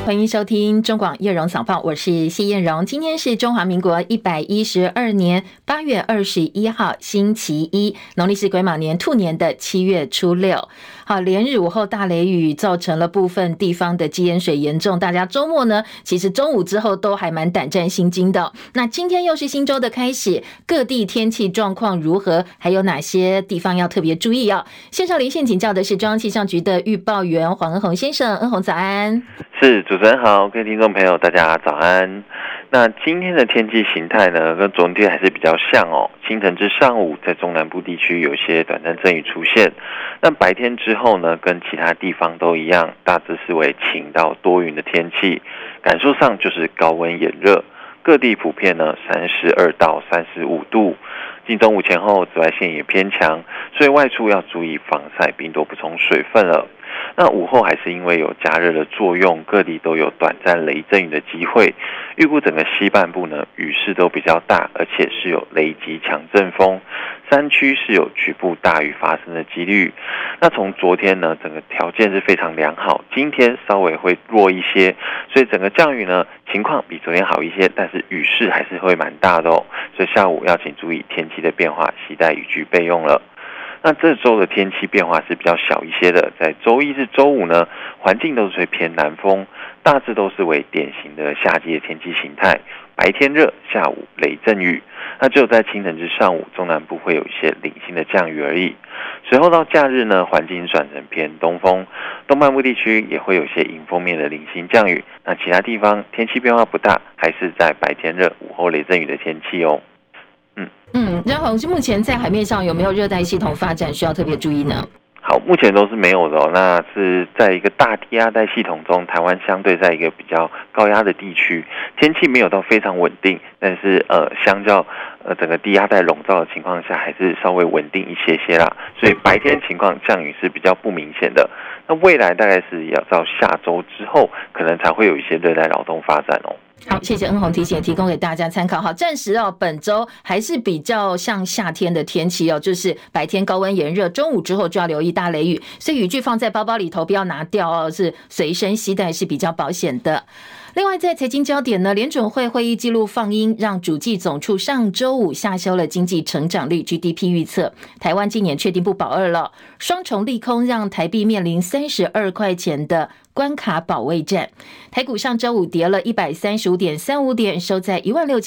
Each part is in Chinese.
欢迎收听中广叶荣早报，我是谢燕荣。今天是中华民国112年8月21号星期一，农历是癸卯年兔年的7月初6。好，连日午后大雷雨造成了部分地方的积淹水严重，大家周末呢其实中午之后都还蛮胆战心惊的。那今天又是新周的开始，各地天气状况如何，还有哪些地方要特别注意线上连线请教的是中央气象局的预报员黄恩宏先生。恩宏早安。 是，主持人好，各位听众朋友大家早安。那今天的天气形态呢，跟昨天还是比较像清晨至上午在中南部地区有一些短暂阵雨出现，但白天之后呢，跟其他地方都一样，大致是为晴到多云的天气，感受上就是高温炎热，各地普遍呢32到35度。近中午前后紫外线也偏强，所以外出要注意防晒并多补充水分了。那午后还是因为有加热的作用，各地都有短暂雷阵雨的机会，预估整个西半部呢雨势都比较大，而且是有雷击强阵风，山区是有局部大雨发生的几率。那从昨天呢，整个条件是非常良好，今天稍微会弱一些，所以整个降雨呢情况比昨天好一些，但是雨势还是会蛮大的所以下午要请注意天气的变化，携带雨具备用了。那这周的天气变化是比较小一些的，在周一至周五呢，环境都是会偏南风，大致都是为典型的夏季的天气形态，白天热，下午雷阵雨。那只有在清晨至上午，中南部会有一些零星的降雨而已。随后到假日呢，环境转成偏东风，东半部地区也会有一些迎风面的零星降雨。那其他地方天气变化不大，还是在白天热，午后雷阵雨的天气然后目前在海面上有没有热带系统发展需要特别注意呢？ 好，目前都是没有的那是在一个大低压带系统中，台湾相对在一个比较高压的地区，天气没有到非常稳定，但是相较整个低压带笼罩的情况下，还是稍微稳定一些啦。所以白天情况降雨是比较不明显的。那未来大概是要到下周之后，可能才会有一些热带扰动发展好，谢谢恩宏提醒，提供给大家参考。好，暂时本周还是比较像夏天的天气就是白天高温炎热，中午之后就要留意大雷雨，所以雨具放在包包里头，不要拿掉是随身携带是比较保险的。另外在财经焦点呢，联准会会议记录放鹰，让主计总处上周五下修了经济成长率 GDP 预测，台湾今年确定不保二了，双重利空让台币面临32块钱的关卡保卫战。台股上周五跌了 135.35 点，收在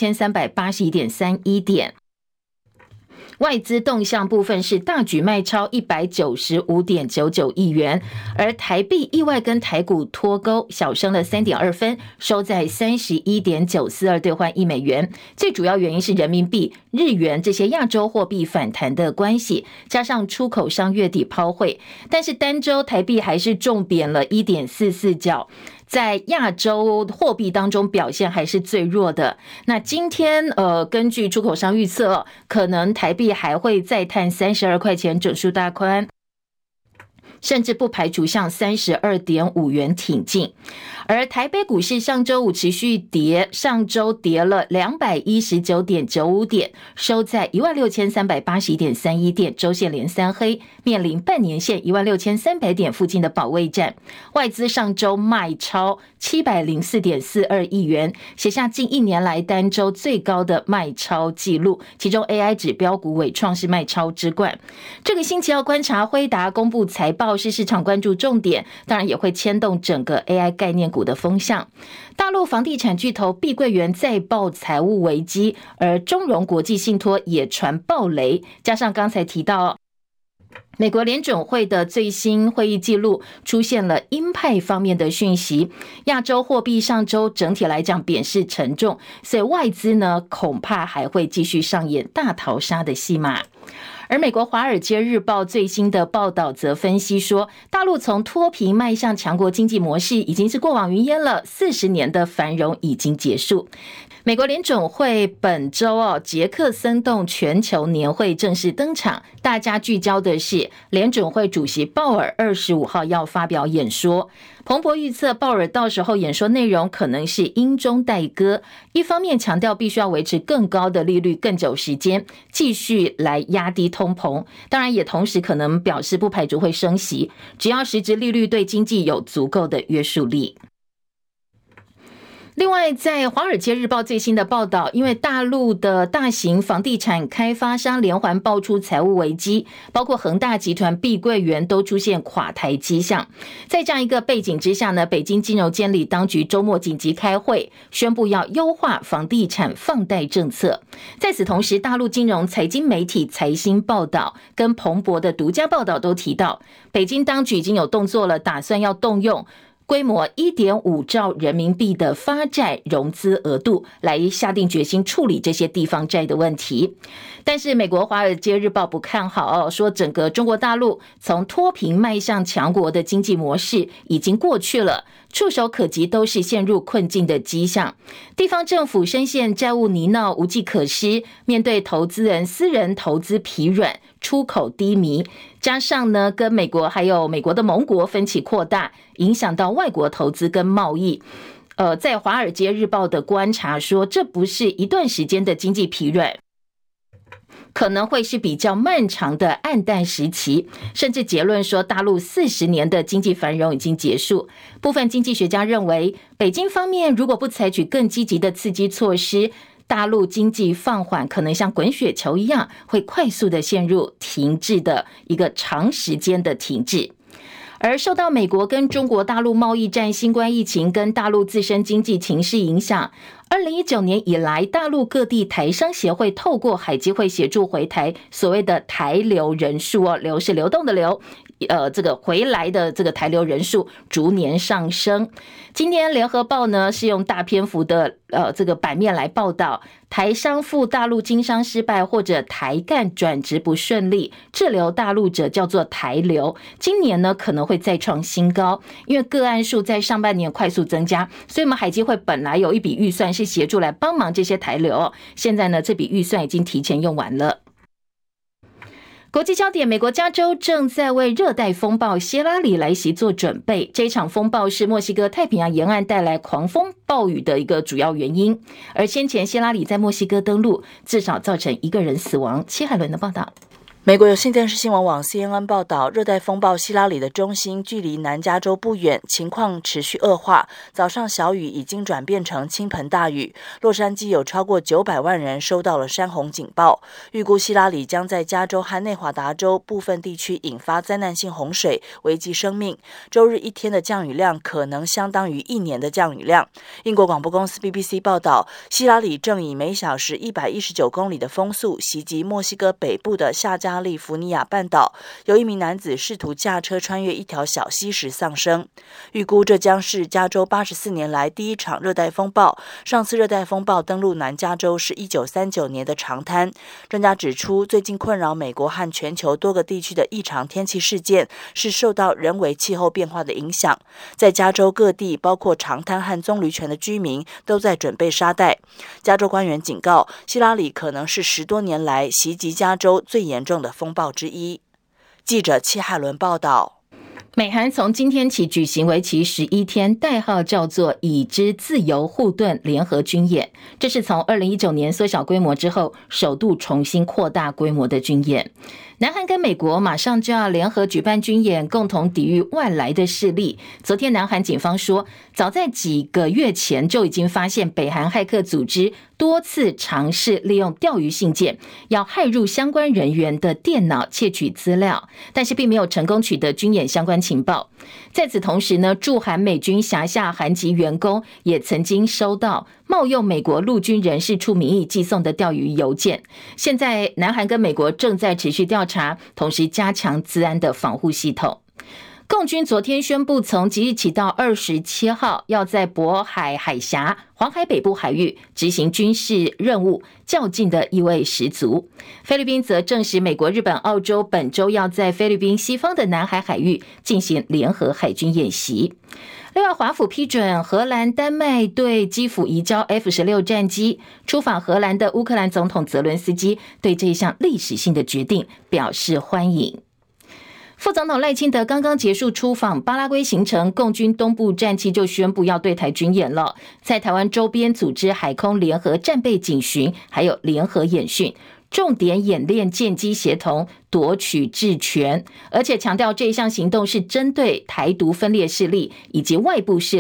16,381.31 点。外资动向部分是大举卖超 195.99 亿元，而台币意外跟台股脱钩，小升了 3.2 分，收在 31.942 兑换1美元。最主要原因是人民币、日元这些亚洲货币反弹的关系，加上出口商月底抛汇，但是单周台币还是重贬了 1.44 角。在亚洲货币当中表现还是最弱的。那今天根据出口商预测可能台币还会再探32块钱整数大关，甚至不排除向 32.5 元挺进。而台北股市上周五持续跌，上周跌了 219.95 点，收在 16,381.31 点，周线连三黑，面临半年线 16,300 点附近的保卫战。外资上周卖超 704.42 亿元，写下近1年来单周最高的卖超纪录，其中 AI 指标股伟创是卖超之冠。这个星期要观察辉达公布财报是市场关注重点，当然也会牵动整个 AI 概念股的风向。大陆房地产巨头碧桂园再爆财务危机，而中融国际信托也传爆雷，加上刚才提到美国联准会的最新会议记录出现了鹰派方面的讯息，亚洲货币上周整体来讲贬势沉重，所以外资呢恐怕还会继续上演大逃杀的戏码。而美国《华尔街日报》最新的报道则分析说，大陆从脱贫迈向强国经济模式已经是过往云烟了，40年的繁荣已经结束。美国联准会本周捷克森洞全球年会正式登场，大家聚焦的是联准会主席鲍尔25号要发表演说。彭博预测鲍尔到时候演说内容可能是英中带歌，一方面强调必须要维持更高的利率更久时间，继续来压低通膨，当然也同时可能表示不排除会升息，只要实质利率对经济有足够的约束力。 另外，在《华尔街日报》最新的报道，因为大陆的大型房地产开发商连环爆出财务危机，包括恒大集团、碧桂园都出现垮台迹象。在这样一个背景之下呢，北京金融监理当局周末紧急开会，宣布要优化房地产放贷政策。在此同时，大陆金融财经媒体财新报道跟彭博的独家报道都提到，北京当局已经有动作了，打算要动用规模 1.5 兆人民币的发债融资额度来下定决心处理这些地方债的问题。但是美国《华尔街日报》不看好说整个中国大陆从脱贫迈向强国的经济模式已经过去了，触手可及都是陷入困境的迹象。地方政府深陷债务泥淖，无计可施，面对投资人私人投资疲软，出口低迷，加上呢跟美国还有美国的盟国分歧扩大，影响到外国投资跟贸易。在《华尔街日报》的观察说，这不是一段时间的经济疲软，可能会是比较漫长的暗淡时期，甚至结论说大陆40年的经济繁荣已经结束。部分经济学家认为，北京方面如果不采取更积极的刺激措施，大陆经济放缓可能像滚雪球一样，会快速的陷入停滞的一个长时间的停滞。而受到美国跟中国大陆贸易战、新冠疫情跟大陆自身经济情势影响，2019年以来，大陆各地台商协会透过海基会协助回台所谓的台流人数流是流动的流，这个回来的这个台流人数逐年上升。今天联合报呢是用大篇幅的这个版面来报道，台商赴大陆经商失败或者台干转职不顺利，滞留大陆者叫做台流。今年呢可能会再创新高，因为个案数在上半年快速增加，所以我们海基会本来有一笔预算是协助来帮忙这些台流，现在呢这笔预算已经提前用完了。国际焦点，美国加州正在为热带风暴希拉里来袭做准备。这一场风暴是墨西哥太平洋沿岸带来狂风暴雨的一个主要原因，而先前希拉里在墨西哥登陆，至少造成1个人死亡。戚海伦的报道。 美国有线电视新闻网 CNN 报道，热带风暴希拉里的中心距离南加州不远，情况持续恶化。早上小雨已经转变成倾盆大雨，洛杉矶有超过900万人收到了山洪警报。预估希拉里将在加州和内华达州部分地区引发灾难性洪水，危及生命。周日一天的降雨量可能相当于1年的降雨量。英国广播公司 BBC 报道，希拉里正以每小时119公里的风速袭击墨西哥北部的下加利福尼亚半岛，有一名男子试图驾车穿越一条小溪时丧生。预估这将是加州84年来第一场热带风暴，上次热带风暴登陆南加州是1939年的长滩。专家指出，最近困扰美国和全球多个地区的异常天气事件是受到人为气候变化的影响。在加州各地，包括长滩和棕榈泉的居民都在准备沙袋。加州官员警告，希拉里可能是10多年来袭击加州最严重的风暴之一。记者戚海伦报道。 美韩从今天起举行为期11天，代号叫做已知自由护盾联合军演，这是从2019年缩小规模之后首度重新扩大规模的军演。南韩跟美国马上就要联合举办军演，共同抵御外来的势力。昨天南韩警方说，早在几个月前就已经发现北韩骇客组织多次尝试利用钓鱼信件要骇入相关人员的电脑窃取资料，但是并没有成功取得军演相关情报。在此同时呢，驻韩美军辖下韩籍员工也曾经收到冒用美国陆军人事处名义寄送的钓鱼邮件。现在南韩跟美国正在持续调查，同时加强资安的防护系统。共军昨天宣布，从即日起到27号，要在渤海海峡、黄海北部海域执行军事任务，较劲的意味十足。菲律宾则证实，美国、日本、澳洲本周要在菲律宾西方的南海海域进行联合海军演习。另外，华府批准荷兰、丹麦对基辅移交 F-16 战机。出访荷兰的乌克兰总统泽伦斯基对这一项历史性的决定表示欢迎。副总统赖清德刚刚结束出访巴拉圭行程，共军东部战区就宣布要对台军演了，在台湾周边组织海空联合战备警巡，还有联合演训，重点演练舰机协同，夺取治权，而且强调这一项行动是针对台独分裂势力以及外部势力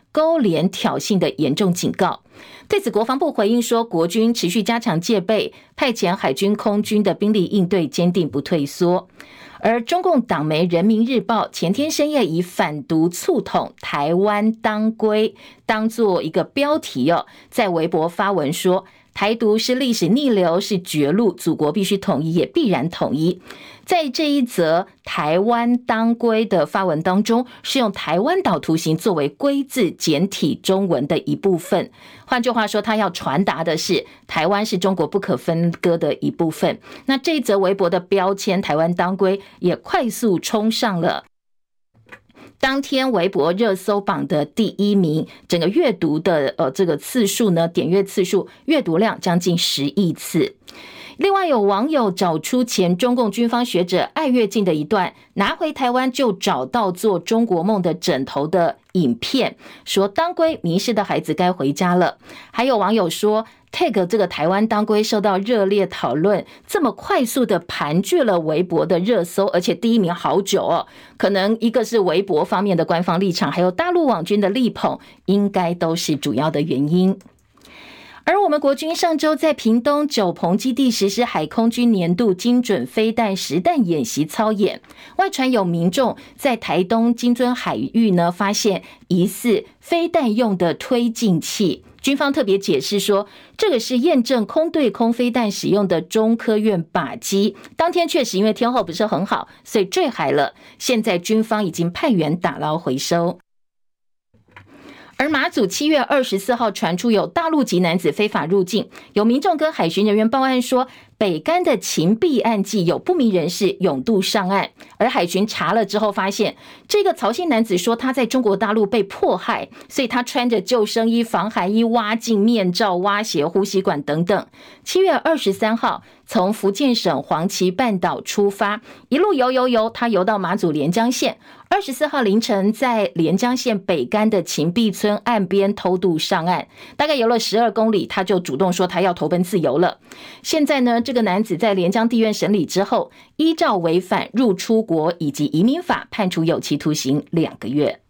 勾连挑衅的严重警告。对此，国防部回应说，国军持续加强戒备，派遣海军空军的兵力应对，坚定不退缩。而中共党媒人民日报前天深夜以反独促统台湾当归当作一个标题在微博发文说，台独是历史逆流，是绝路，祖国必须统一，也必然统一。在这一则台湾当归的发文当中，是用台湾岛图形作为归字简体中文的一部分。换句话说，他要传达的是台湾是中国不可分割的一部分。那这一则微博的标签台湾当归也快速冲上了当天微博热搜榜的第一名，整个阅读的这个次数呢，点阅次数、阅读量将近10亿次。另外有网友找出前中共军方学者艾跃进的一段拿回台湾就找到做中国梦的枕头的影片，说当归迷失的孩子该回家了。还有网友说 tag 这个台湾当归受到热烈讨论，这么快速的盘踞了微博的热搜，而且第一名好久可能一个是微博方面的官方立场，还有大陆网军的力捧，应该都是主要的原因。而我们国军上周在屏东九鹏基地实施海空军年度精准飞弹实弹演习操演，外传有民众在台东金樽海域呢发现疑似飞弹用的推进器，军方特别解释说，这个是验证空对空飞弹使用的中科院靶机，当天确实因为天候不是很好，所以坠海了，现在军方已经派员打捞回收。而马祖7月24号传出有大陆籍男子非法入境，有民众跟海巡人员报案说，北竿的芹壁岸际有不明人士勇渡上岸，而海巡查了之后发现，这个曹姓男子说他在中国大陆被迫害，所以他穿着救生衣、防寒衣、蛙镜、面罩、蛙鞋、呼吸管等等。7月23号从福建省黄岐半岛出发，一路游，他游到马祖连江县。24号凌晨在连江县北竿的芹壁村岸边偷渡上岸，大概游了12公里，他就主动说他要投奔自由了。现在呢，这个男子在连江地院审理之后，依照违反入出国以及移民法判处有期徒刑2个月。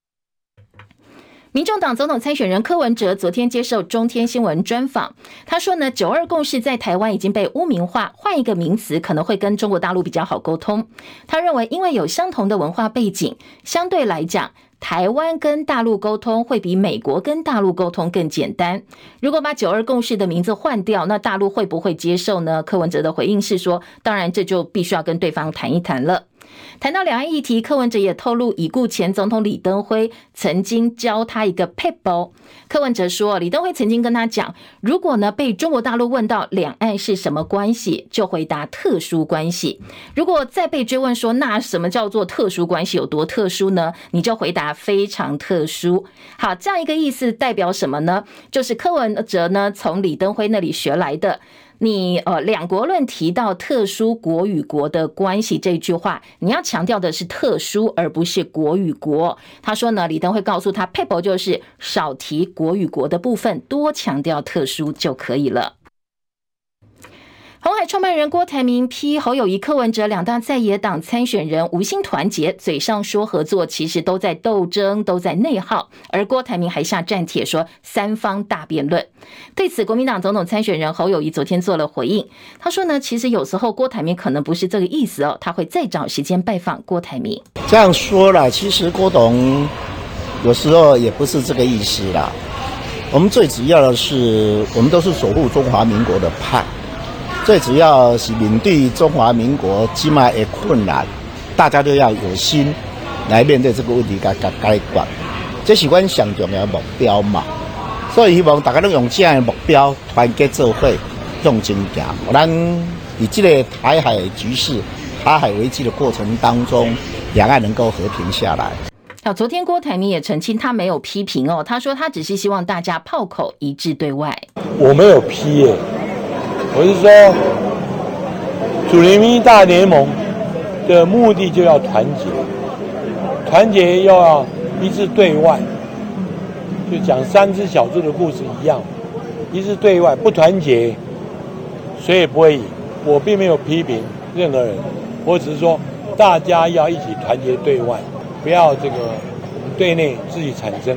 民众党总统参选人柯文哲昨天接受中天新闻专访，他说呢，9·2共识在台湾已经被污名化，换一个名词可能会跟中国大陆比较好沟通。他认为因为有相同的文化背景，相对来讲台湾跟大陆沟通会比美国跟大陆沟通更简单。如果把9·2共识的名字换掉，那大陆会不会接受呢？柯文哲的回应是说，当然这就必须要跟对方谈一谈了。谈到两岸议题，柯文哲也透露已故前总统李登辉曾经教他一个撇步。柯文哲说，李登辉曾经跟他讲，如果呢被中国大陆问到两岸是什么关系，就回答特殊关系。如果再被追问说，那什么叫做特殊关系，有多特殊呢？你就回答非常特殊。好，这样一个意思代表什么呢？就是柯文哲呢从李登辉那里学来的。你两国论提到特殊国与国的关系这句话，你要强调的是特殊而不是国与国。他说呢，李登辉告诉他，撇步就是少提国与国的部分，多强调特殊就可以了。鸿海创办人郭台铭批侯友宜、柯文哲两大在野党参选人无心团结，嘴上说合作，其实都在斗争，都在内耗。而郭台铭还下战帖说三方大辩论。对此，国民党总统参选人侯友宜昨天做了回应，他说呢，其实有时候郭台铭可能不是这个意思他会再找时间拜访郭台铭。 这样说啦，其实郭董有时候也不是这个意思啦。我们最主要的是，我们都是守护中华民国的派。最主要是面对中华民国现在的困难，大家都要有心来面对这个问题，解决，这是我们上重要的目标嘛。所以希望大家都用这样的目标团结做伙向前行。咱以这个台海局势、台海危机的过程当中，两岸能够和平下来。 好，昨天郭台铭也澄清，他没有批评他说他只是希望大家炮口一致对外。 我没有批耶。我是说，主联民大联盟的目的就要团结，团结又要一致对外，就讲三只小猪的故事一样，一致对外不团结，谁也不会赢。我并没有批评任何人，我只是说大家要一起团结对外，不要我们对内自己产生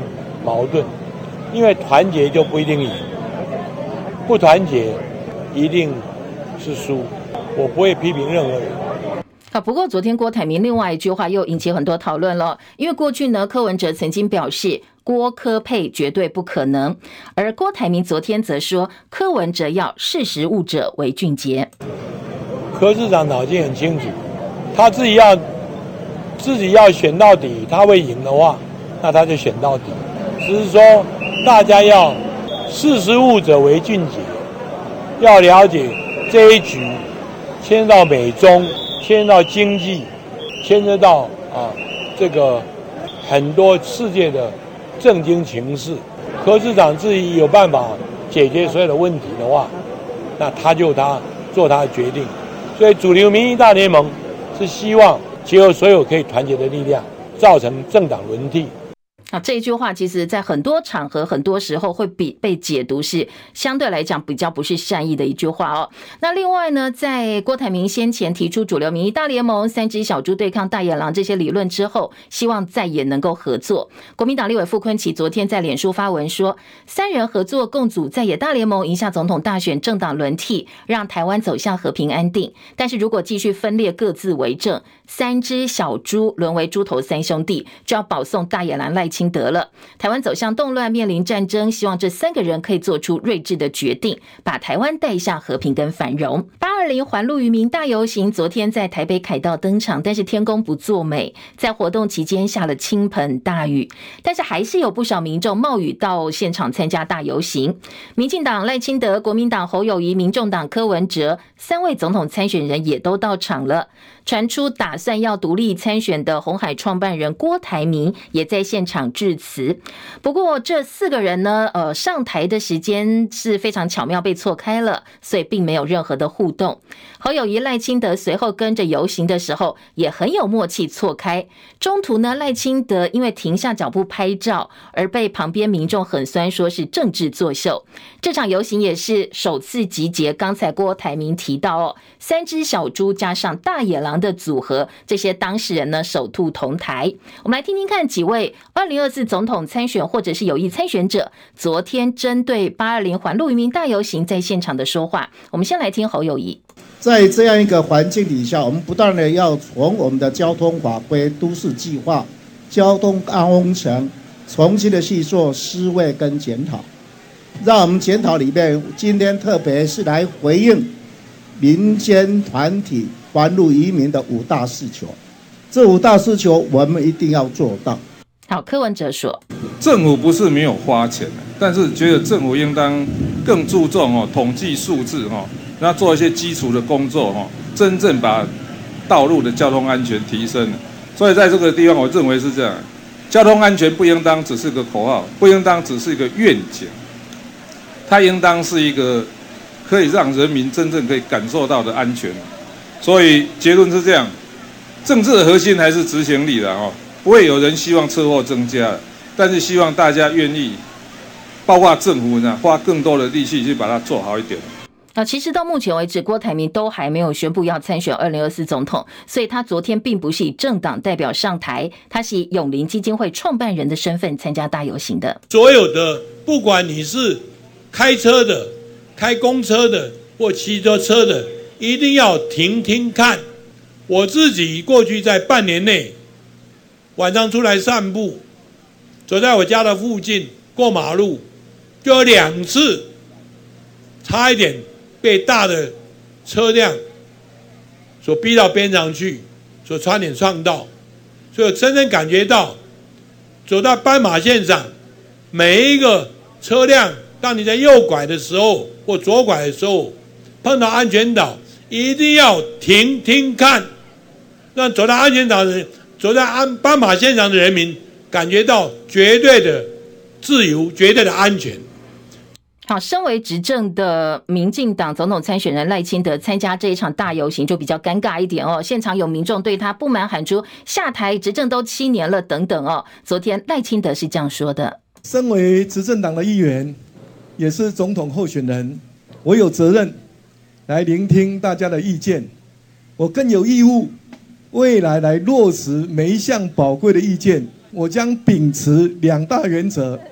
矛盾，因为团结就不一定赢，不团结一定是输。我不会批评任何人。 不过昨天郭台铭另外一句话又引起很多讨论了，因为过去呢，柯文哲曾经表示郭柯配绝对不可能，而郭台铭昨天则说柯文哲要识时务者为俊杰。 柯市长脑筋很清楚，他自己要选到底，他会赢的话，那他就选到底。只是说大家要识时务者为俊杰，要了解这一局牵涉到美中，牵涉到经济，牵涉到这个很多世界的政经情势。柯市长自己有办法解决所有的问题的话，那他做他的决定。所以主流民意大联盟是希望结合所有可以团结的力量，造成政党轮替。 这一句话其实在很多场合很多时候会被解读是相对来讲比较不是善意的一句话哦。那另外呢，在郭台铭先前提出主流民意大联盟三只小猪对抗大野狼这些理论之后，希望再也能够合作。国民党立委傅崑萁昨天在脸书发文说，三人合作共组在野大联盟，赢下总统大选，政党轮替，让台湾走向和平安定。但是如果继续分裂各自为政，三只小猪沦为猪头三兄弟，就要保送大野狼赖清德了。台湾走向动乱，面临战争，希望这三个人可以做出睿智的决定，把台湾带向和平跟繁荣。820环路渔民大游行昨天在台北凯道登场，但是天公不作美，在活动期间下了倾盆大雨，但是还是有不少民众冒雨到现场参加大游行。民进党赖清德、国民党侯友宜、民众党柯文哲三位总统参选人也都到场了。传出打算要独立参选的鸿海创办人郭台铭也在现场致辞。不过这四个人呢，上台的时间是非常巧妙被错开了，所以并没有任何的互动。侯友宜、赖清德随后跟着游行的时候也很有默契错开。中途呢，赖清德因为停下脚步拍照而被旁边民众很酸说是政治作秀。这场游行也是首次集结刚才郭台铭提到三只小猪加上大野狼的组合，这些当事人呢首度同台。我们来听听看几位2024总统参选或者是有意参选者昨天针对820环路渔民大游行在现场的说话。我们先来听侯友宜。 在这样一个环境底下，我们不断的要从我们的交通法规、都市计划、交通工程重新的去做思维跟检讨。让我们检讨里面，今天特别是来回应民间团体环路渔民的5大诉求。这5大诉求我们一定要做到。 好，柯文哲说， 政府不是没有花钱，但是觉得政府应当更注重统计数字那做一些基础的工作真正把道路的交通安全提升。所以在这个地方，我认为是这样：交通安全不应当只是个口号，不应当只是一个愿景，它应当是一个可以让人民真正可以感受到的安全。所以结论是这样：政治的核心还是执行力的不会有人希望车祸增加，但是希望大家愿意，包括政府呢，花更多的力气去把它做好一点。 其实到目前为止，郭台铭都还没有宣布要参选2024总统，所以他昨天并不是以政党代表上台，他是以永林基金会创办人的身份参加大游行的。 所有的，不管你是开车的、开公车的或骑车的，一定要听听看。我自己过去在半年内，晚上出来散步，走在我家的附近过马路，就有2次差一点被大的车辆所逼到边上去，所差点撞到。所以我真正感觉到，走到斑马线上，每一个车辆，当你在右拐的时候或左拐的时候，碰到安全岛，一定要停听看，让走到安全岛的人，走在斑马线上的人民感觉到绝对的自由，绝对的安全。 好，身为执政的民进党总统参选人赖清德参加这一场大游行就比较尴尬一点现场有民众对他不满，喊出下台，执政都7年了等等昨天赖清德是这样说的： 身为执政党的议员，也是总统候选人，我有责任来聆听大家的意见，我更有义务未来来落实每一项宝贵的意见。我将秉持2大原则，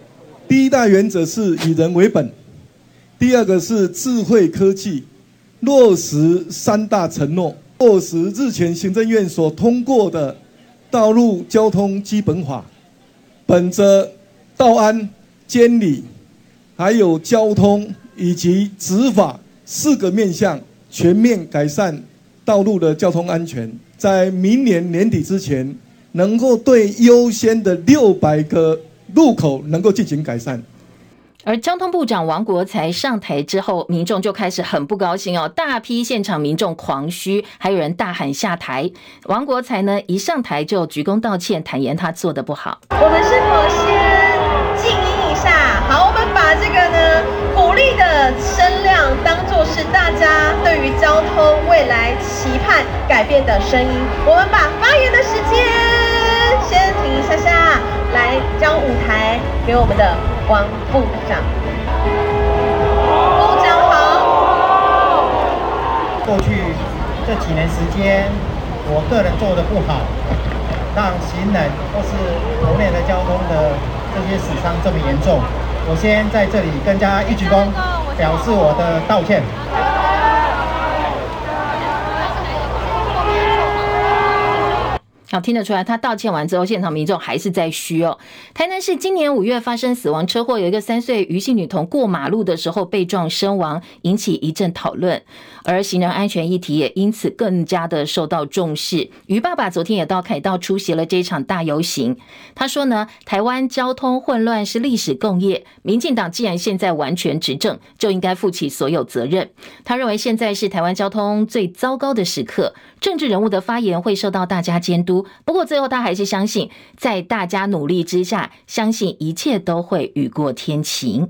第一大原则是以人为本，第二个是智慧科技，落实3大承诺，落实日前行政院所通过的道路交通基本法，本着道安、监理，还有交通以及执法4个面向，全面改善道路的交通安全，在明年年底之前，能够对优先的600个路口能够进行改善。 而交通部长王国材上台之后，民众就开始很不高兴哦，大批现场民众狂嘘，还有人大喊下台。王国材呢一上台就鞠躬道歉，坦言他做得不好。 我们是否先静音一下？好，我们把这个呢鼓励的声量当作是大家对于交通未来期盼改变的声音。我们把发言的时间先停一下下，来将舞台给我们的王部长。部长好。 过去这几年时间，我个人做得不好，让行人或是国内的交通的这些死伤这么严重，我先在这里跟大家一鞠躬，表示我的道歉。 好，听得出来，他道歉完之后，现场民众还是在嘘哦。台南市今年5月发生死亡车祸，有一个3岁余姓女童过马路的时候被撞身亡，引起一阵讨论，而行人安全议题也因此更加的受到重视。于爸爸昨天也到凯道出席了这场大游行，他说呢，台湾交通混乱是历史共业，民进党既然现在完全执政，就应该负起所有责任。他认为现在是台湾交通最糟糕的时刻，政治人物的发言会受到大家监督，不过最后他还是相信，在大家努力之下，相信一切都会雨过天晴。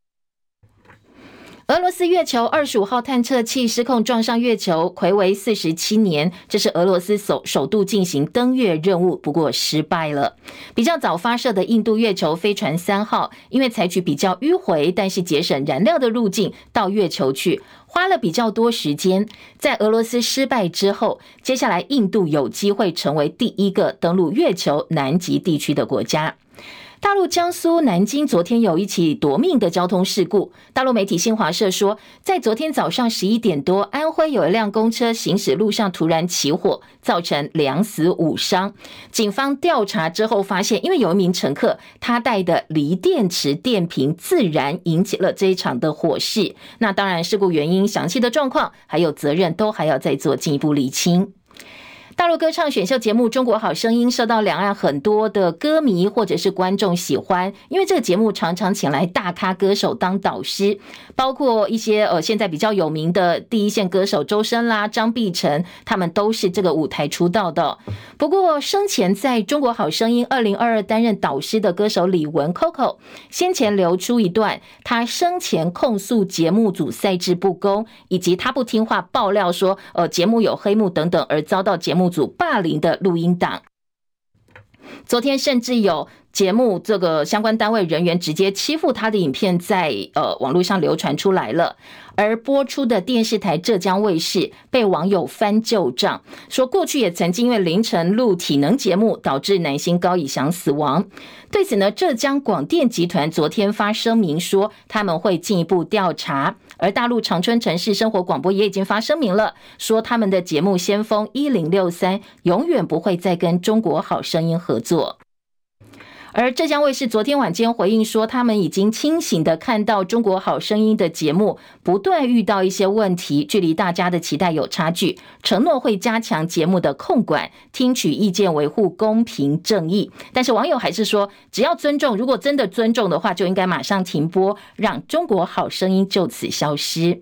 俄罗斯月球25号探测器失控撞上月球，睽违47年，这是俄罗斯首度进行登月任务，不过失败了。比较早发射的印度月球飞船3号，因为采取比较迂回但是节省燃料的路径到月球去，花了比较多时间。在俄罗斯失败之后，接下来印度有机会成为第一个登陆月球南极地区的国家。大陆江苏南京昨天有一起夺命的交通事故，大陆媒体新华社说，在昨天早上11点多，安徽有一辆公车行驶路上突然起火，造成2死5伤。警方调查之后发现，因为有一名乘客他带的锂电池电瓶自燃，引起了这一场的火势。那当然，事故原因、详细的状况还有责任都还要再做进一步厘清。大陆歌唱选秀节目《中国好声音》受到两岸很多的歌迷或者是观众喜欢，因为这个节目常常请来大咖歌手当导师，包括一些现在比较有名的第一线歌手周深啦、张碧晨，他们都是这个舞台出道的。不过生前在中国好声音2022担任导师的歌手李玟 Coco 先前流出一段他生前控诉节目组赛制不公，以及他不听话爆料说节目有黑幕等等而遭到节目组霸凌的录音档。昨天甚至有节目这个相关单位人员直接欺负他的影片在网络上流传出来了，而播出的电视台浙江卫视被网友翻旧账，说过去也曾经因为凌晨录体能节目导致男星高以翔死亡。对此呢，浙江广电集团昨天发声明说他们会进一步调查，而大陆长春城市生活广播也已经发声明了，说他们的节目先锋1063永远不会再跟中国好声音合作。而浙江卫视昨天晚间回应说，他们已经清醒地看到中国好声音的节目不断遇到一些问题，距离大家的期待有差距，承诺会加强节目的控管，听取意见，维护公平正义。但是网友还是说，只要尊重，如果真的尊重的话，就应该马上停播，让中国好声音就此消失。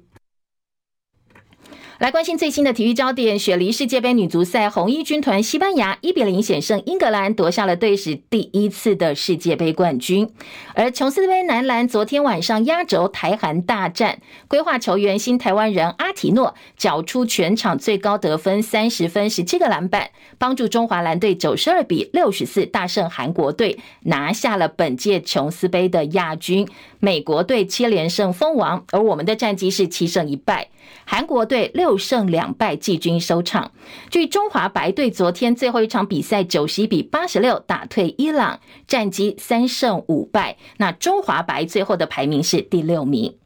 来关心最新的体育焦点，雪梨世界杯女足赛，红衣军团西班牙1-0险胜英格兰，夺下了队史第1次的世界杯冠军。而琼斯杯男篮昨天晚上压轴台韩大战，规划球员新台湾人阿提诺缴出全场最高得分30分17个篮板，帮助中华蓝队92-64大胜韩国队，拿下了本届琼斯杯的亚军。美国队7连胜封王，而我们的战绩是7胜1败。韩国队 6胜2败季军收场。至于中华白队昨天最后一场比赛91比86打退伊朗，战绩3胜5败，那中华白最后的排名是第6名。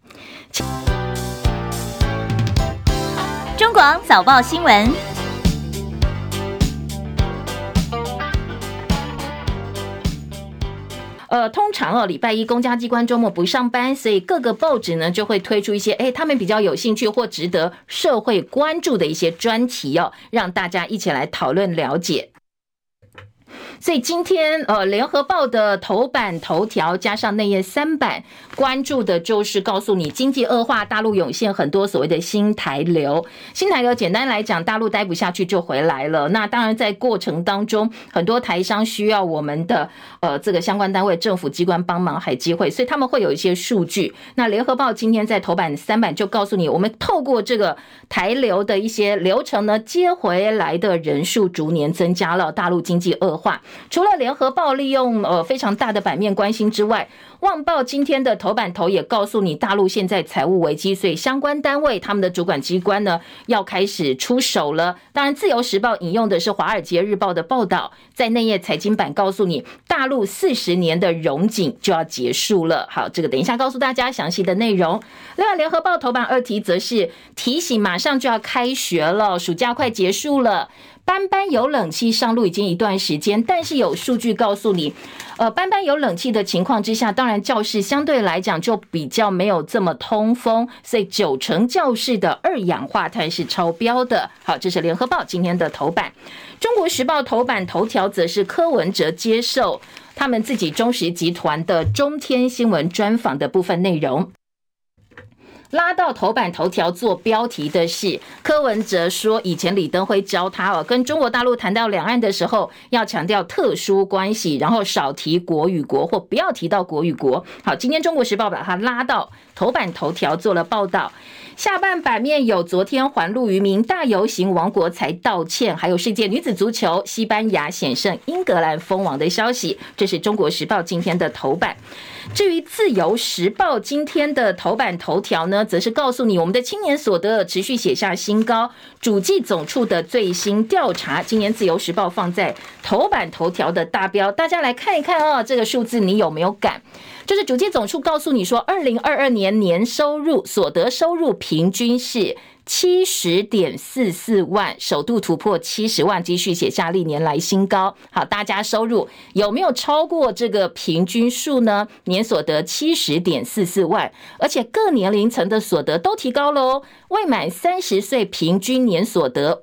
中广早报新闻。 通常礼拜一公家机关周末不上班，所以各个报纸呢就会推出一些他们比较有兴趣或值得社会关注的一些专题让大家一起来讨论了解。所以今天联合报的头版头条加上内页3版关注的就是告诉你经济恶化，大陆涌现很多所谓的新台流。新台流简单来讲，大陆待不下去就回来了。那当然在过程当中，很多台商需要我们的这个相关单位政府机关帮忙海基会，所以他们会有一些数据。那联合报今天在头版3版就告诉你，我们透过这个台流的一些流程呢，接回来的人数逐年增加了，大陆经济恶化。除了联合报利用非常大的版面关心之外，旺报今天的头版头也告诉你，大陆现在财务危机，所以相关单位他们的主管机关呢要开始出手了。当然，自由时报引用的是华尔街日报的报道，在内页财经版告诉你，大陆40年的荣景就要结束了。好，这个等一下告诉大家详细的内容。另外，联合报头版2题则是提醒，马上就要开学了，暑假快结束了。班班有冷气上路已经一段时间，但是有数据告诉你，班班有冷气的情况之下，当然教室相对来讲就比较没有这么通风，所以90%教室的2氧化碳是超标的。好，这是联合报今天的头版。中国时报头版头条则是柯文哲接受他们自己中时集团的中天新闻专访的部分内容。拉到头版头条做标题的是柯文哲说，以前李登辉教他跟中国大陆谈到两岸的时候要强调特殊关系，然后少提国与国或不要提到国与国。好，今天中国时报把它拉到头版头条做了报道。下半版面有昨天环路渔民大游行，王国材道歉，还有世界女子足球西班牙险胜英格兰封王的消息，这是中国时报今天的头版。至于自由时报今天的头版头条呢，则是告诉你我们的青年所得持续写下新高，主计总处的最新调查，今年自由时报放在头版头条的大标，大家来看一看这个数字你有没有感？就是主计总处告诉你说，2022年年收入所得收入平均是70.44万，首度突破70万，继续写下历年来新高。好，大家收入有没有超过这个平均数呢？年所得70.44万，而且各年龄层的所得都提高了未满30岁平均年所得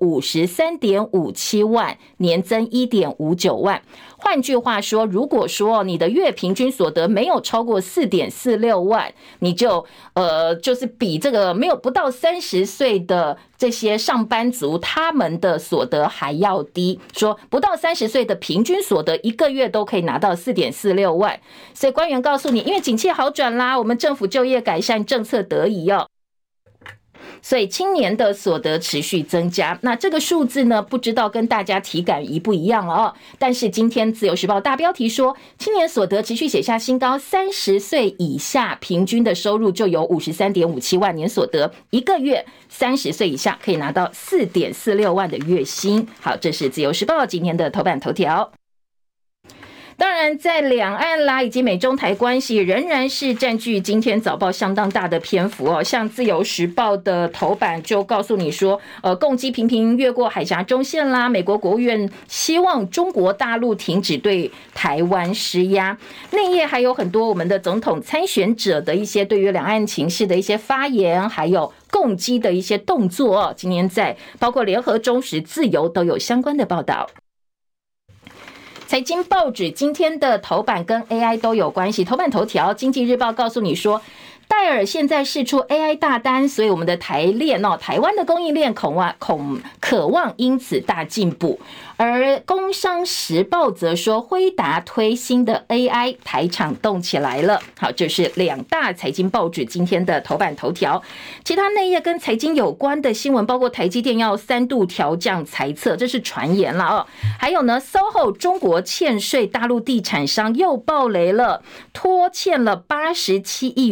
53.57万，年增1.59万。换句话说，如果说你的月平均所得没有超过4.46万，你就是比这个没有不到30岁的这些上班族他们的所得还要低，说不到30岁的平均所得一个月都可以拿到4.46万。所以官员告诉你，因为景气好转啦，我们政府就业改善政策得以所以青年的所得持续增加。那这个数字呢，不知道跟大家体感一不一样但是今天自由时报大标题说，青年所得持续写下新高，30岁以下平均的收入就有53.57万年所得，一个月30岁以下可以拿到4.46万的月薪。好，这是自由时报今天的头版头条。当然在两岸啦以及美中台关系仍然是占据今天早报相当大的篇幅像自由时报的头版就告诉你说共机频频越过海峡中线啦，美国国务院希望中国大陆停止对台湾施压。内页还有很多我们的总统参选者的一些对于两岸情势的一些发言，还有共机的一些动作今天在包括联合、中时、自由都有相关的报道。财经报纸今天的头版跟 AI 都有关系，头版头条经济日报告诉你说，戴尔现在释出 AI 大单，所以我们的台湾的供应链渴望因此大进步。而工商时报则说，辉达推新的 AI， 台厂动起来了。好，这是两大财经报纸今天的头版头条。其他内页跟财经有关的新闻，包括台积电要3度调降财测，这是传言了还有呢 ，SOHO 中国欠税，大陆地产商又爆雷了，拖欠了87亿元的税。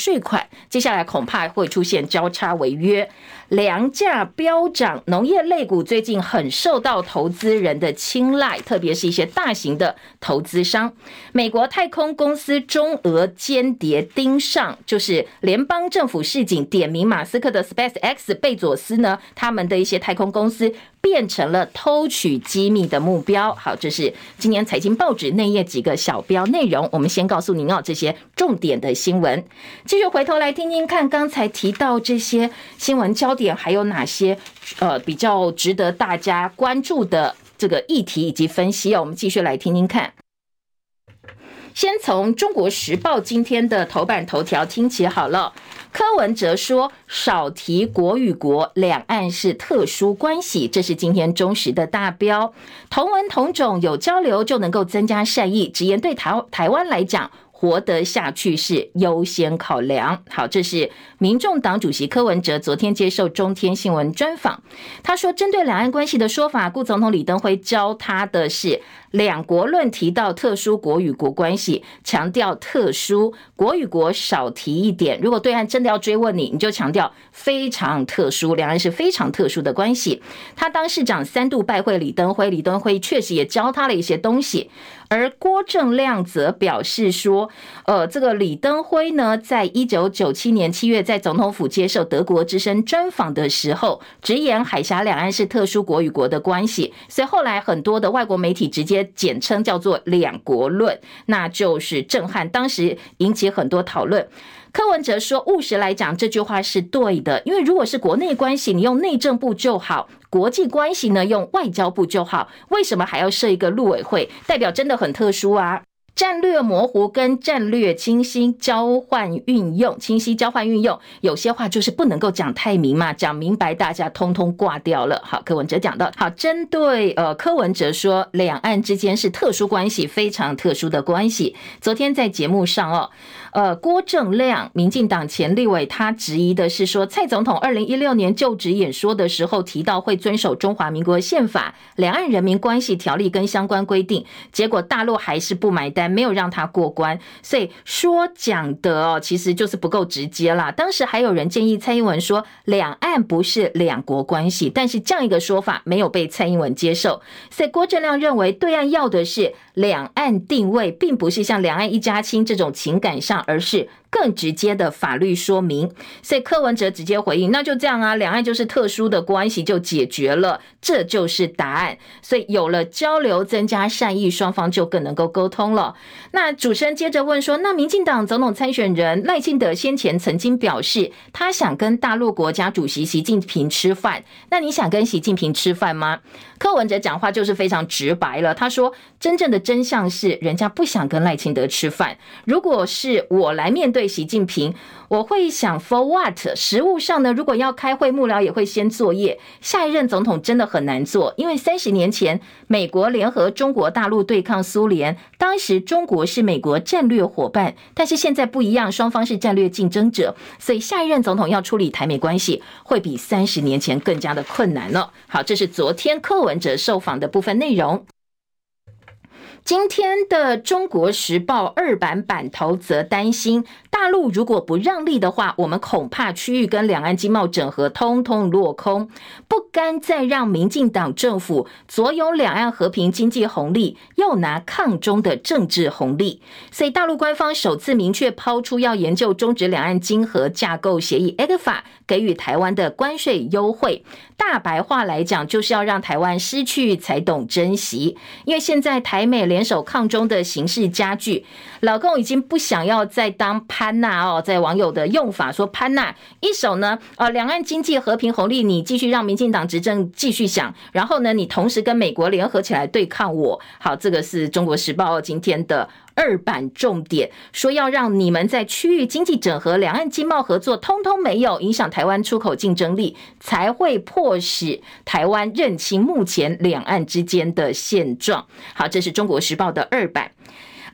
税款，接下来恐怕会出现交叉违约。粮价飙涨，农业类股最近很受到投资人的青睐，特别是一些大型的投资商。美国太空公司中俄间谍盯上，就是联邦政府示警点名马斯克的 SpaceX 贝佐斯呢，他们的一些太空公司变成了偷取机密的目标。好，这是今年财经报纸内页几个小标内容，我们先告诉您这些重点的新闻。继续回头来听听看，刚才提到这些新闻焦点还有哪些比较值得大家关注的这个议题以及分析我们继续来听听看。先从中国时报今天的头版头条听起好了。柯文哲说少提国与国，两岸是特殊关系，这是今天中时的大标。同文同种有交流就能够增加善意，直言对台湾来讲活得下去是优先考量。好，这是民众党主席柯文哲昨天接受中天新闻专访，他说针对两岸关系的说法，顾总统李登辉教他的是两国论，提到特殊国与国关系，强调特殊，国与国少提一点，如果对岸真的要追问你，你就强调非常特殊，两岸是非常特殊的关系。他当市长3度拜会李登辉，李登辉确实也教他了一些东西。而郭正亮则表示说这个李登辉呢，在1997年7月在总统府接受德国之声专访的时候，直言海峡两岸是特殊国与国的关系，所以后来很多的外国媒体直接简称叫做两国论，那就是震撼，当时引起很多讨论。柯文哲说务实来讲这句话是对的，因为如果是国内关系你用内政部就好，国际关系呢用外交部就好，为什么还要设一个陆委会？代表真的很特殊啊。战略模糊跟战略清晰交换运用，有些话就是不能够讲太明嘛，讲明白大家通通挂掉了。好，柯文哲讲到，好，针对柯文哲说两岸之间是特殊关系，非常特殊的关系。昨天在节目上郭正亮民进党前立委，他质疑的是说蔡总统2016年就职演说的时候提到会遵守中华民国宪法、两岸人民关系条例跟相关规定，结果大陆还是不买单，没有让他过关，所以说讲的其实就是不够直接啦。当时还有人建议蔡英文说两岸不是两国关系，但是这样一个说法没有被蔡英文接受，所以郭正亮认为对岸要的是两岸定位，并不是像两岸一家亲这种情感上，而是更直接的法律说明。所以柯文哲直接回应，那就这样啊，两岸就是特殊的关系就解决了，这就是答案。所以有了交流，增加善意，双方就更能够沟通了。那主持人接着问说，那民进党总统参选人赖清德先前曾经表示他想跟大陆国家主席习近平吃饭，那你想跟习近平吃饭吗？柯文哲讲话就是非常直白了，他说真正的真相是人家不想跟赖清德吃饭，如果是我来面对习近平，我会想 for what？ 实务上呢，如果要开会，幕僚也会先作业，下一任总统真的很难做，因为30年前美国联合中国大陆对抗苏联，当时中国是美国战略伙伴，但是现在不一样，双方是战略竞争者，所以下一任总统要处理台美关系会比30年前更加的困难了。好，这是昨天柯文哲受访的部分内容。今天的中国时报2版版头则担心，大陆如果不让利的话，我们恐怕区域跟两岸经贸整合通通落空，不甘再让民进党政府左有两岸和平经济红利，又拿抗中的政治红利，所以大陆官方首次明确抛出要研究终止两岸经合架构协议 ECFA 给予台湾的关税优惠，大白话来讲就是要让台湾失去才懂珍惜，因为现在台美联手抗中的形势加剧，老共已经不想要再当潘娜在网友的用法说潘娜一手呢两岸经济和平红利你继续让民进党执政继续享，然后呢你同时跟美国联合起来对抗我。好，这个是中国时报今天的2版重点，说要让你们在区域经济整合、两岸经贸合作通通没有，影响台湾出口竞争力，才会迫使台湾认清目前两岸之间的现状。好，这是中国时报的2版。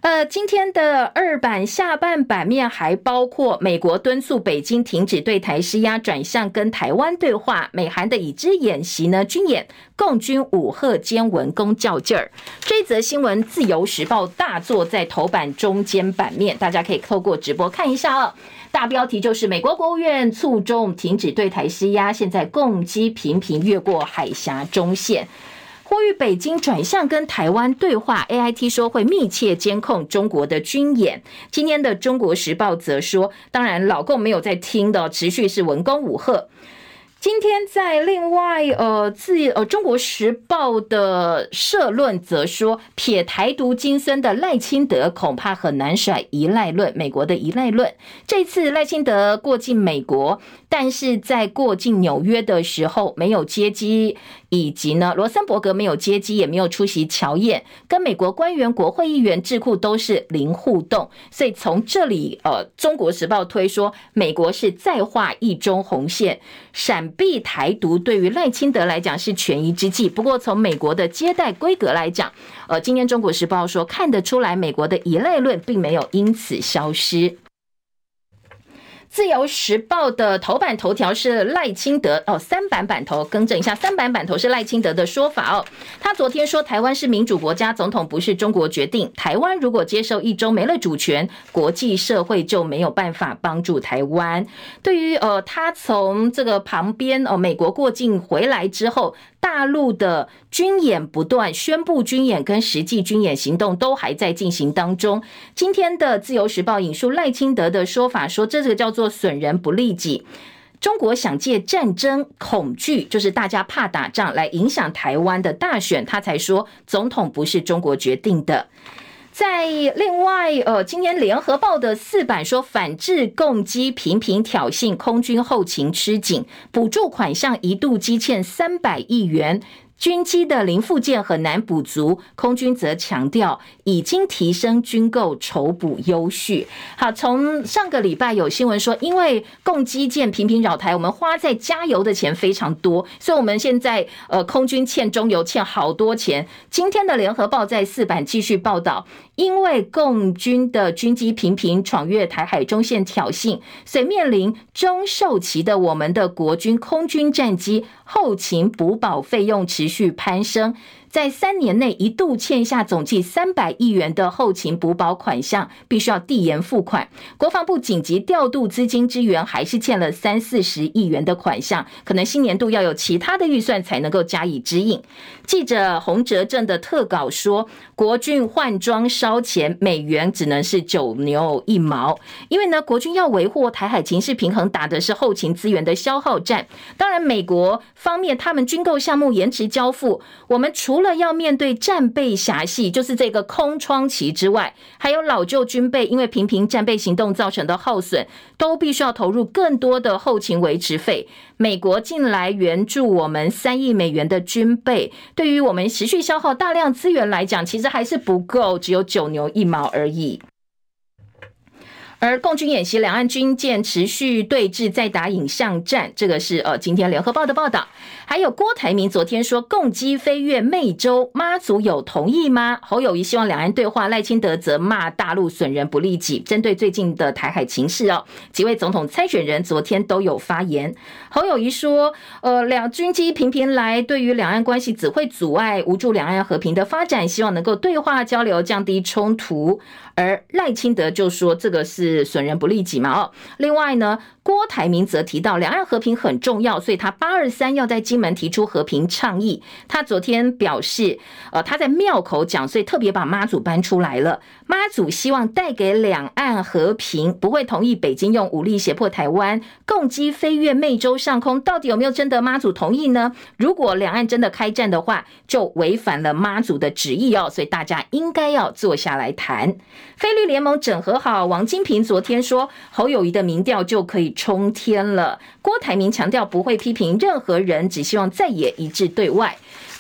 今天的二版下半版面还包括美国敦促北京停止对台施压，转向跟台湾对话。美韩的已知演习呢，军演共军武吓兼文攻较劲儿。这则新闻自由时报大作在头版中间版面，大家可以透过直播看一下哦。大标题就是美国国务院促中停止对台施压，现在共机频频越过海峡中线。呼吁北京转向跟台湾对话 ，AIT 说会密切监控中国的军演。今天的中国时报则说，当然老共没有在听的，持续是文攻武吓。今天在另外中国时报的社论则说，撇台独金孙的赖清德恐怕很难甩依赖论，美国的依赖论。这次赖清德过境美国，但是在过境纽约的时候没有接机，以及呢罗森伯格没有接机，也没有出席侨宴，跟美国官员、国会议员、智库都是零互动。所以从这里中国时报推说，美国是再画一中红线，闪避台独对于赖清德来讲是权宜之计。不过从美国的接待规格来讲，今天中国时报说看得出来美国的依赖论并没有因此消失。自由时报的头版头条是赖清德三版版头更正一下，三版版头是赖清德的说法哦。他昨天说台湾是民主国家，总统不是中国决定，台湾如果接受一中没了主权，国际社会就没有办法帮助台湾。对于他从这个旁边美国过境回来之后，大陆的军演不断，宣布军演跟实际军演行动都还在进行当中。今天的自由时报引述赖清德的说法说，这个叫做损人不利己。中国想借战争恐惧，就是大家怕打仗来影响台湾的大选，他才说总统不是中国决定的。在另外今天联合报的4版说，反制共机频频挑衅，空军后勤吃紧，补助款项一度积欠300亿元。军机的零附件很难补足，空军则强调已经提升军购筹补优序。好，从上个礼拜有新闻说，因为共机舰频频扰台，我们花在加油的钱非常多，所以我们现在空军欠中油欠好多钱。今天的联合报在4版继续报道，因为共军的军机频频闯越台海中线挑衅，所以面临中受期的我们的国军空军战机后勤补保费用持续攀升，在3年内一度欠下总计300亿元的后勤补保款项，必须要递延付款。国防部紧急调度资金支援，还是欠了30-40亿元的款项，可能新年度要有其他的预算才能够加以支应。记者洪哲正的特稿说，国军换装烧钱，美元只能是9牛1毛，因为呢，国军要维护台海情势平衡，打的是后勤资源的消耗战。当然，美国方面他们军购项目延迟交付，我们除了要面对战备狭隙，就是这个空窗期之外，还有老旧军备因为频频战备行动造成的耗损，都必须要投入更多的后勤维持费。美国近来援助我们3亿美元的军备，对于我们持续消耗大量资源来讲，其实还是不够，只有9牛1毛而已。而共军演习，两岸军舰持续对峙，再打影像战，这个是今天联合报的报道。还有郭台铭昨天说，共机飞越湄洲，妈祖有同意吗？侯友宜希望两岸对话，赖清德则骂大陆损人不利己。针对最近的台海情势几位总统参选人昨天都有发言。侯友宜说，两军机频频来，对于两岸关系只会阻碍，无助两岸和平的发展，希望能够对话交流，降低冲突。而赖清德就说这个是损人不利己嘛另外呢，郭台铭则提到两岸和平很重要，所以他823要在金门提出和平倡议。他昨天表示他在庙口讲，所以特别把妈祖搬出来了。妈祖希望带给两岸和平，不会同意北京用武力胁迫台湾。共机飞越湄洲上空，到底有没有征得妈祖同意呢？如果两岸真的开战的话，就违反了妈祖的旨意所以大家应该要坐下来谈。菲律联盟整合好，王金平昨天说侯友宜的民调就可以冲天了。郭台铭强调不会批评任何人，只希望在野一致对外。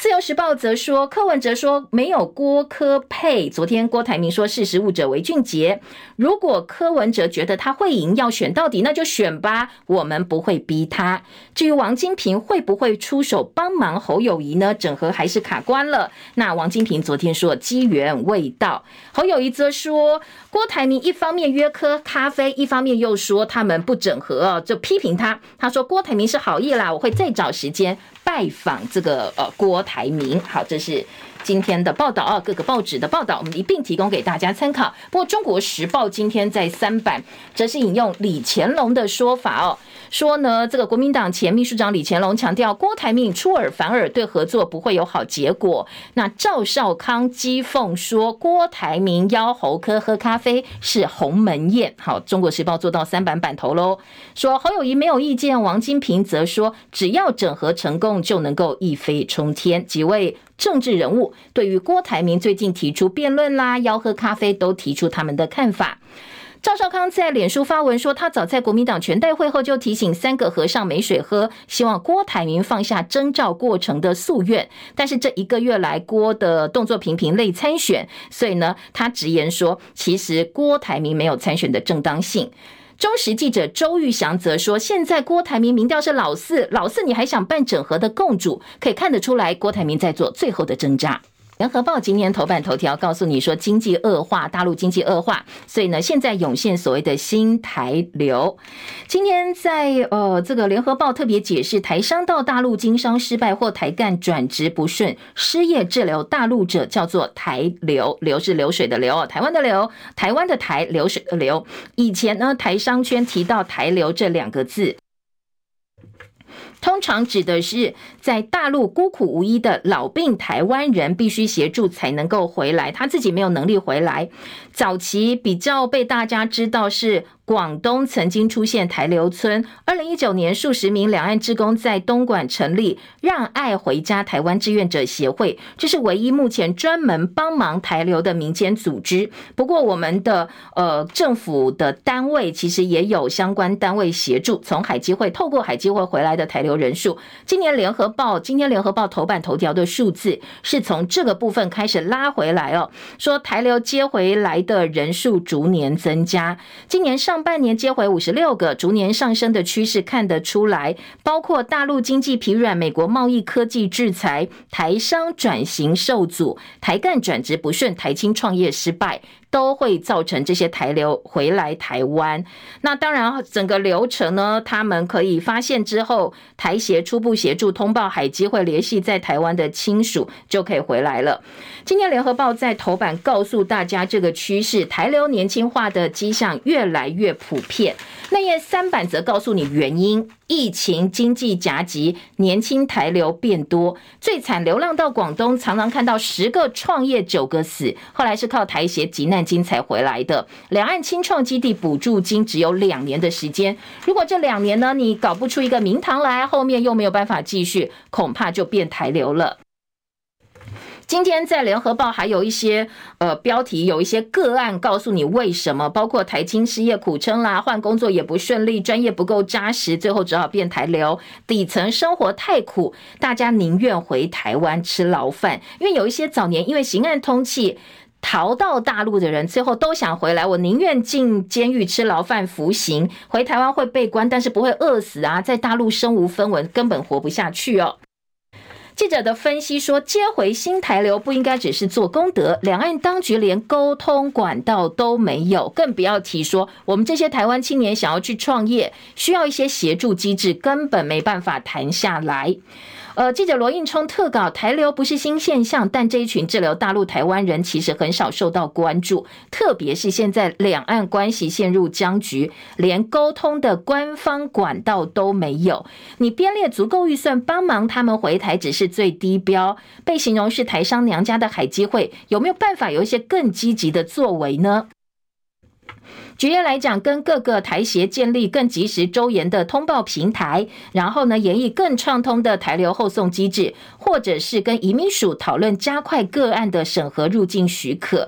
自由时报则说，柯文哲说没有郭柯配，昨天郭台铭说识时务者为俊杰，如果柯文哲觉得他会赢要选到底，那就选吧，我们不会逼他。至于王金平会不会出手帮忙侯友宜呢？整合还是卡关了。那王金平昨天说机缘未到，侯友宜则说郭台铭一方面约喝咖啡，一方面又说他们不整合，就批评他。他说郭台铭是好意啦，我会再找时间拜访这个郭台铭。好，这是今天的报道各个报纸的报道我们一并提供给大家参考。不过中国时报今天在3版则是引用李乾隆的说法说呢，这个国民党前秘书长李乾隆强调，郭台铭出尔反尔，对合作不会有好结果。那赵少康讥讽说，郭台铭邀侯柯喝咖啡是鸿门宴。好，中国时报做到3版版头喽，说侯友宜没有意见。王金平则说，只要整合成功，就能够一飞冲天。几位政治人物对于郭台铭最近提出辩论啦、邀喝咖啡都提出他们的看法。赵少康在脸书发文说，他早在国民党全代会后就提醒3个和尚没水喝，希望郭台铭放下征召过程的夙愿。但是这1个月来，郭的动作频频类参选，所以呢，他直言说，其实郭台铭没有参选的正当性。中时记者周玉祥则说，现在郭台铭民调是老四你还想办整合的共主，可以看得出来郭台铭在做最后的挣扎。联合报今天头版头条告诉你说，经济恶化，大陆经济恶化，所以呢，现在涌现所谓的新台流。今天在这个联合报特别解释，台商到大陆经商失败或台干转职不顺，失业滞留大陆者叫做台流，流是流水的流，台湾的流，台湾的台，流水的流。以前呢，台商圈提到台流这2个字，通常指的是在大陆孤苦无依的老病台湾人必须协助才能够回来，他自己没有能力回来。早期比较被大家知道是广东曾经出现台流村，2019年数十名两岸志工在东莞成立让爱回家台湾志愿者协会，这是唯一目前专门帮忙台流的民间组织。不过我们的政府的单位其实也有相关单位协助，从海基会透过海基会回来的台流人数，今天联合报头版头条的数字是从这个部分开始拉回来说台流接回来的人数逐年增加，今年上半年接回56个，逐年上升的趋势看得出来，包括大陆经济疲软、美国贸易科技制裁、台商转型受阻、台干转职不顺、台青创业失败，都会造成这些台流回来台湾。那当然整个流程呢，他们可以发现之后，台协初步协助通报海基会联系在台湾的亲属，就可以回来了。今天联合报在头版告诉大家这个趋势，台流年轻化的迹象越来越普遍。那页3版则告诉你原因，疫情经济夹击，年轻台流变多，最惨流浪到广东，常常看到10个创业9个死，后来是靠台协急难金才回来的。两岸青创基地补助金只有2年的时间，如果这2年呢，你搞不出一个名堂来，后面又没有办法继续，恐怕就变台流了。今天在联合报还有一些标题，有一些个案告诉你为什么，包括台青失业苦撑啦，换工作也不顺利，专业不够扎实，最后只好变台流，底层生活太苦，大家宁愿回台湾吃牢饭。因为有一些早年因为刑案通缉逃到大陆的人，最后都想回来，我宁愿进监狱吃牢饭服刑，回台湾会被关，但是不会饿死啊，在大陆身无分文，根本活不下去记者的分析说，接回新台流不应该只是做功德，两岸当局连沟通管道都没有，更不要提说我们这些台湾青年想要去创业，需要一些协助机制，根本没办法谈下来。记者罗应冲特稿，台流不是新现象，但这一群滞留大陆台湾人其实很少受到关注，特别是现在两岸关系陷入僵局，连沟通的官方管道都没有，你编列足够预算帮忙他们回台只是最低标，被形容是台商娘家的海基会，有没有办法有一些更积极的作为呢？举例来讲，跟各个台协建立更及时周延的通报平台，然后呢，研议更畅通的台流后送机制，或者是跟移民署讨论加快个案的审核入境许可。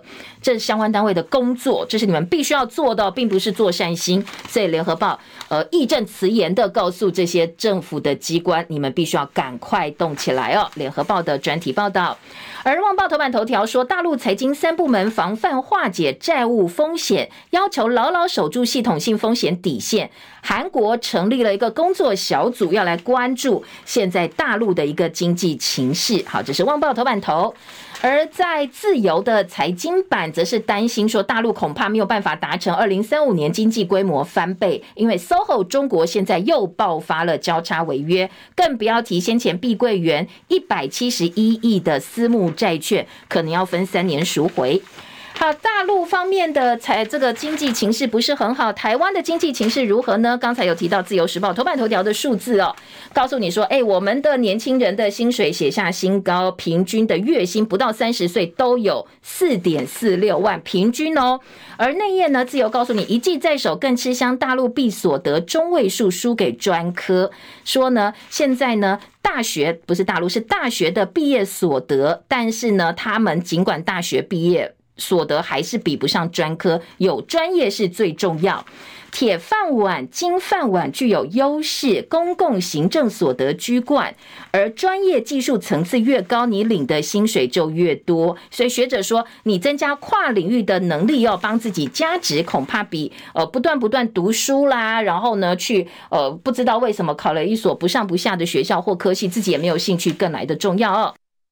这是相关单位的工作，这是你们必须要做的，并不是做善心。所以联合报义正辞严的告诉这些政府的机关，你们必须要赶快动起来哦。联合报的专题报道。而旺报头版头条说，大陆财经3部门防范化解债务风险，要求牢牢守住系统性风险底线。韩国成立了一个工作小组，要来关注现在大陆的一个经济情势。好，这是旺报头版头。而在自由的财经版则是担心说，大陆恐怕没有办法达成2035年经济规模翻倍，因为 SOHO 中国现在又爆发了交叉违约，更不要提先前碧桂园171亿的私募债券可能要分3年赎回。好，大陆方面的这个经济情势不是很好，台湾的经济情势如何呢？刚才有提到自由时报头版头条的数字哦，告诉你说，我们的年轻人的薪水写下新高，平均的月薪不到30岁都有 4.46 万平均哦。而内页呢，自由告诉你一技在手更吃香，大陆必所得中位数输给专科，说呢现在呢大学不是大陆是大学的毕业所得，但是呢他们尽管大学毕业所得还是比不上专科，有专业是最重要。铁饭碗、金饭碗具有优势，公共行政所得居冠，而专业技术层次越高，你领的薪水就越多。所以学者说，你增加跨领域的能力，要帮自己加值，恐怕比不断读书啦，然后呢去不知道为什么考了一所不上不下的学校或科系，自己也没有兴趣，更来的重要哦。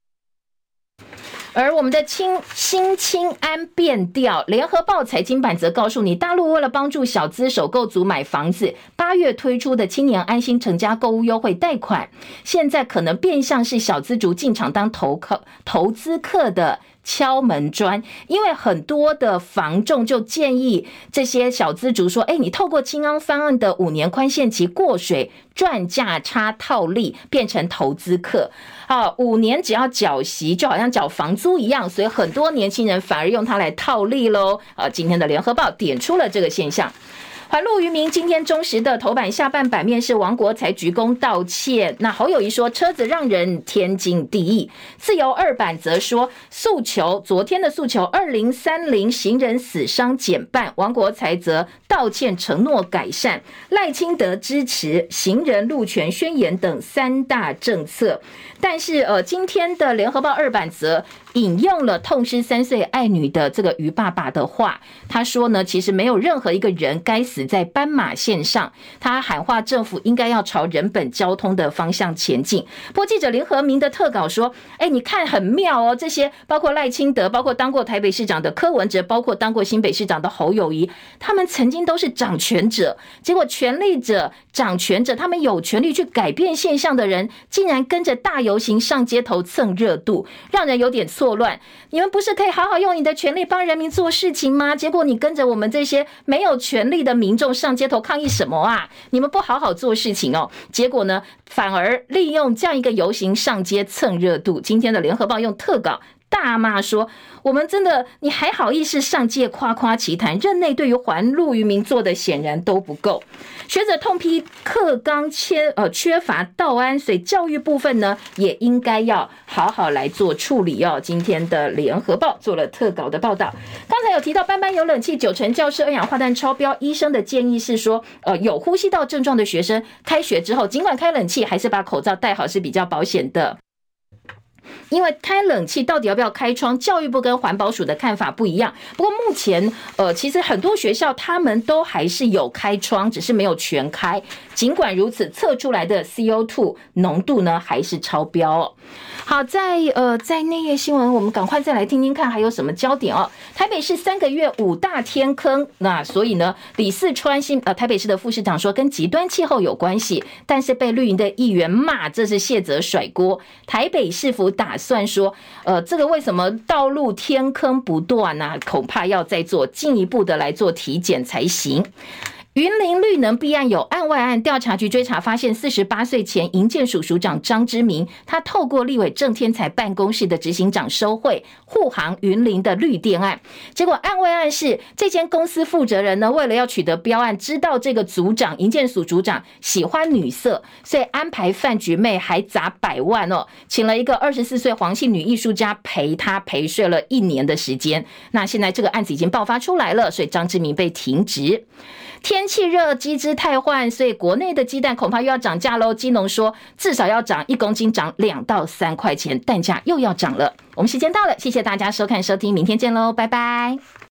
而我们的新青安变调，联合报财经版则告诉你，大陆为了帮助小资首购族买房子，8月推出的青年安心成家购屋优惠贷款，现在可能变相是小资族进场当投资客的敲门砖，因为很多的房仲就建议这些小资族说，你透过青安方案的5年宽限期过水赚价差套利，变成投资客。5年只要缴息，就好像缴房租一样，所以很多年轻人反而用它来套利咯。今天的联合报点出了这个现象。环路渔民今天中时的头版下半版面是王国才鞠躬道歉，那侯友宜说车子让人天经地义。自由2版则说诉求，昨天的诉求2030行人死伤减半，王国才则道歉承诺改善，赖清德支持行人路权宣言等3大政策。但是今天的联合报2版则引用了痛失3岁爱女的这个于爸爸的话，他说呢，其实没有任何一个人该死在斑马线上，他喊话政府应该要朝人本交通的方向前进。不过记者林和明的特稿说，你看很妙哦，这些包括赖清德，包括当过台北市长的柯文哲，包括当过新北市长的侯友宜，他们曾经都是掌权者，结果权力者、掌权者，他们有权利去改变现象的人，竟然跟着大游行上街头蹭热度，让人有点错乱。你们不是可以好好用你的权利帮人民做事情吗？结果你跟着我们这些没有权利的民众上街头抗议什么啊？你们不好好做事情哦。结果呢，反而利用这样一个游行上街蹭热度。今天的联合报用特稿大骂说，我们真的你还好意思上街夸夸其谈，任内对于环路渔民做的显然都不够。学者痛批课纲缺乏道安，所以教育部分呢也应该要好好来做处理哦。今天的联合报做了特稿的报道。刚才有提到班班有冷气，90%教室二氧化碳超标，医生的建议是说有呼吸道症状的学生开学之后尽管开冷气，还是把口罩戴好是比较保险的。因为开冷气到底要不要开窗，教育部跟环保署的看法不一样。不过目前其实很多学校他们都还是有开窗，只是没有全开。尽管如此，测出来的 CO2 浓度呢还是超标哦。好，在内页新闻，我们赶快再来听听看还有什么焦点哦。台北市3个月5大天坑，那所以呢，李四川台北市的副市长说跟极端气候有关系，但是被绿营的议员骂这是卸责甩锅。台北市府打算说，这个为什么道路天坑不断啊？恐怕要再做进一步的来做体检才行。 云林绿能弊案有案外案，调查局追查发现48岁前营建署署长张之明，他透过立委郑天才办公室的执行长收贿护航云林的绿电案。结果案外案是这间公司负责人呢，为了要取得标案，知道这个组长营建署组长喜欢女色，所以安排饭局妹还砸100万哦，请了一个24岁黄姓女艺术家陪他陪睡了1年的时间。那现在这个案子已经爆发出来了，所以张之明被停职。天气热，鸡只汰换，所以国内的鸡蛋恐怕又要涨价喽。基农说至少要涨1公斤，涨2到3块钱，蛋价又要涨了。我们时间到了，谢谢大家收看收听，明天见喽，拜拜。